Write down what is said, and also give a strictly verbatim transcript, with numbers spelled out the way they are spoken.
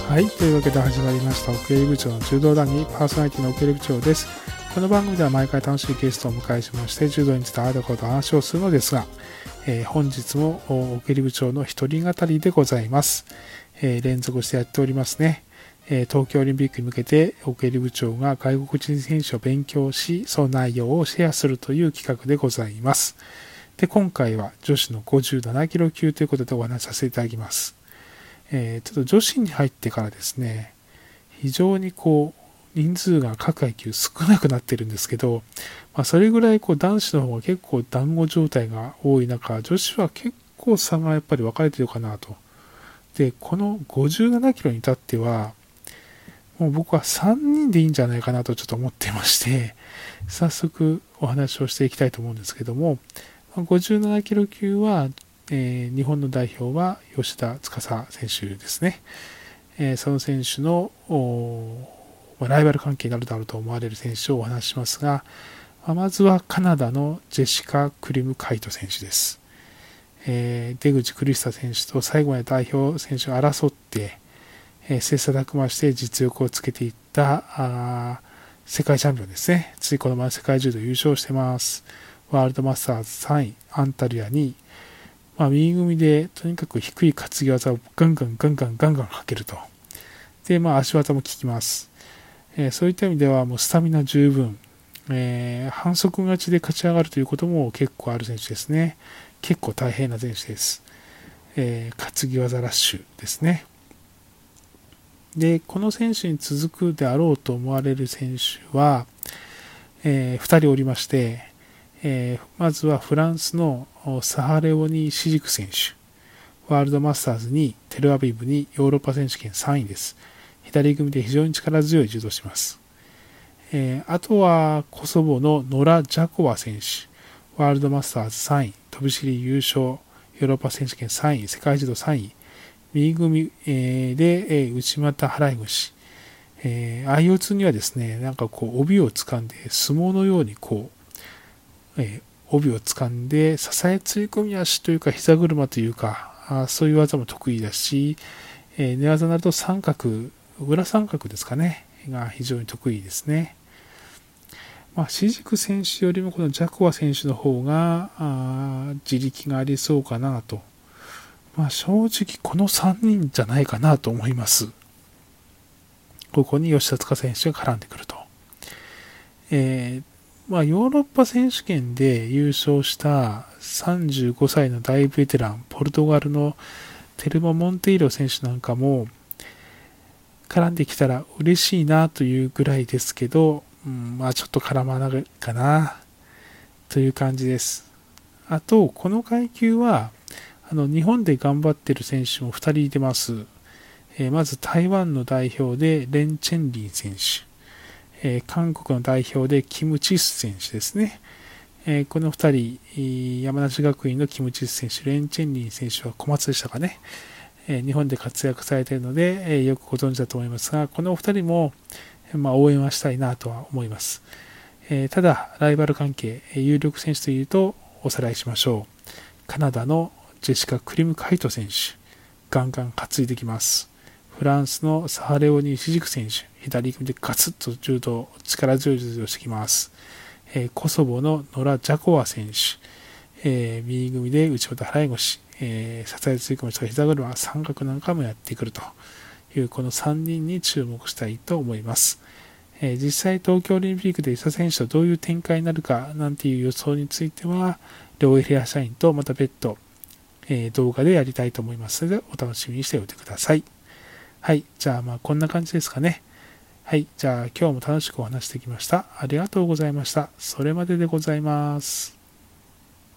はい、というわけで始まりました奥襟部長の柔道団にパーソナリティの奥襟部長です。この番組では毎回楽しいゲストをお迎えしまして柔道についてあることを話をするのですが、えー、本日も奥襟部長の一人語りでございます。えー、連続してやっておりますね。えー、東京オリンピックに向けて奥襟部長が外国人選手を勉強し、その内容をシェアするという企画でございます。で、今回は女子のごじゅうななキロ級ということでお話しさせていただきます。えー、ちょっと女子に入ってからですね、非常にこう人数が各階級少なくなってるんですけど、まあ、それぐらいこう男子の方が結構団子状態が多い中、女子は結構差がやっぱり分かれてるかなと。で、このごじゅうななキロに至っては、もう僕はさんにんでいいんじゃないかなとちょっと思ってまして、早速お話をしていきたいと思うんですけども、ごじゅうななキロ級は、えー、日本の代表は吉田司選手ですね。えー、その選手のライバル関係になるだろうと思われる選手をお話ししますが、まずはカナダのジェシカ・クリムカイト選手です。えー、出口クリスタ選手と最後まで代表選手が争って、えー、切磋琢磨して実力をつけていったあ世界チャンピオンですね。ついこの前世界柔道優勝してます。ワールドマスターズさんい、アンタルヤにい、まあ、右組みでとにかく低い担ぎ技をガンガンガンガンガンガンかけると。で、まあ足技も効きます。えー、そういった意味ではもうスタミナ十分、えー、反則勝ちで勝ち上がるということも結構ある選手ですね。結構大変な選手です。えー、担ぎ技ラッシュですね。で、この選手に続くであろうと思われる選手は、えー、ふたりおりまして、えー、まずはフランスのサハレオニ・シジク選手。ワールドマスターズにテルアビブにヨーロッパ選手権さんいです。左組みで非常に力強い柔道します。えー、あとはコソボのノラ・ジャコワ選手。ワールドマスターズさんい、飛び尻優勝、ヨーロッパ選手権さんい、世界柔道さんい。右組み、えー、で、えー、内股払い腰。えー、アイオーツー にはですね、なんかこう帯を掴んで相撲のようにこう、えー、帯を掴んで支えつり込み足というか膝車というかあそういう技も得意だし、えー、寝技になると三角裏三角ですかねが非常に得意ですね。まあ、シジク選手よりもこのジャコワ選手の方があ自力がありそうかなと、まあ、正直このさんにんじゃないかなと思います。ここに吉田塚選手が絡んでくると。えーまあ、ヨーロッパ選手権で優勝したさんじゅうごさいの大ベテラン、ポルトガルのテルモ・モンテイロ選手なんかも絡んできたら嬉しいなというぐらいですけど、うん、まあちょっと絡まないかなという感じです。あと、この階級はあの日本で頑張っている選手もふたりいてます。えー、まず台湾の代表でレン・チェンリン選手。えー、韓国の代表でキム・チス選手ですね。えー、このふたり、山梨学院のキム・チス選手、レン・チェンリン選手は小松でしたかね。えー、日本で活躍されているので、えー、よくご存知だと思いますが、このお二人も、まあ、応援はしたいなとは思います。えー、ただ、ライバル関係、有力選手というとおさらいしましょう。カナダのジェシカ・クリムカイト選手、ガンガン担いできます。フランスのサハレオニ・シジク選手、左組みでガツッと柔道、力強い柔道をしてきます。えー、コソボのノラ・ジャコワ選手、えー、右組みで内股払い腰、えー、支えつり込みとか膝車、三角なんかもやってくるという、このさんにんに注目したいと思います。えー、実際東京オリンピックで伊佐選手とどういう展開になるかなんていう予想については、両エリア社員とまた別途、えー、動画でやりたいと思いますので、お楽しみにしておいてください。はい。じゃあ、まあ、こんな感じですかね。はい。じゃあ、今日も楽しくお話してきました。ありがとうございました。それまででございます。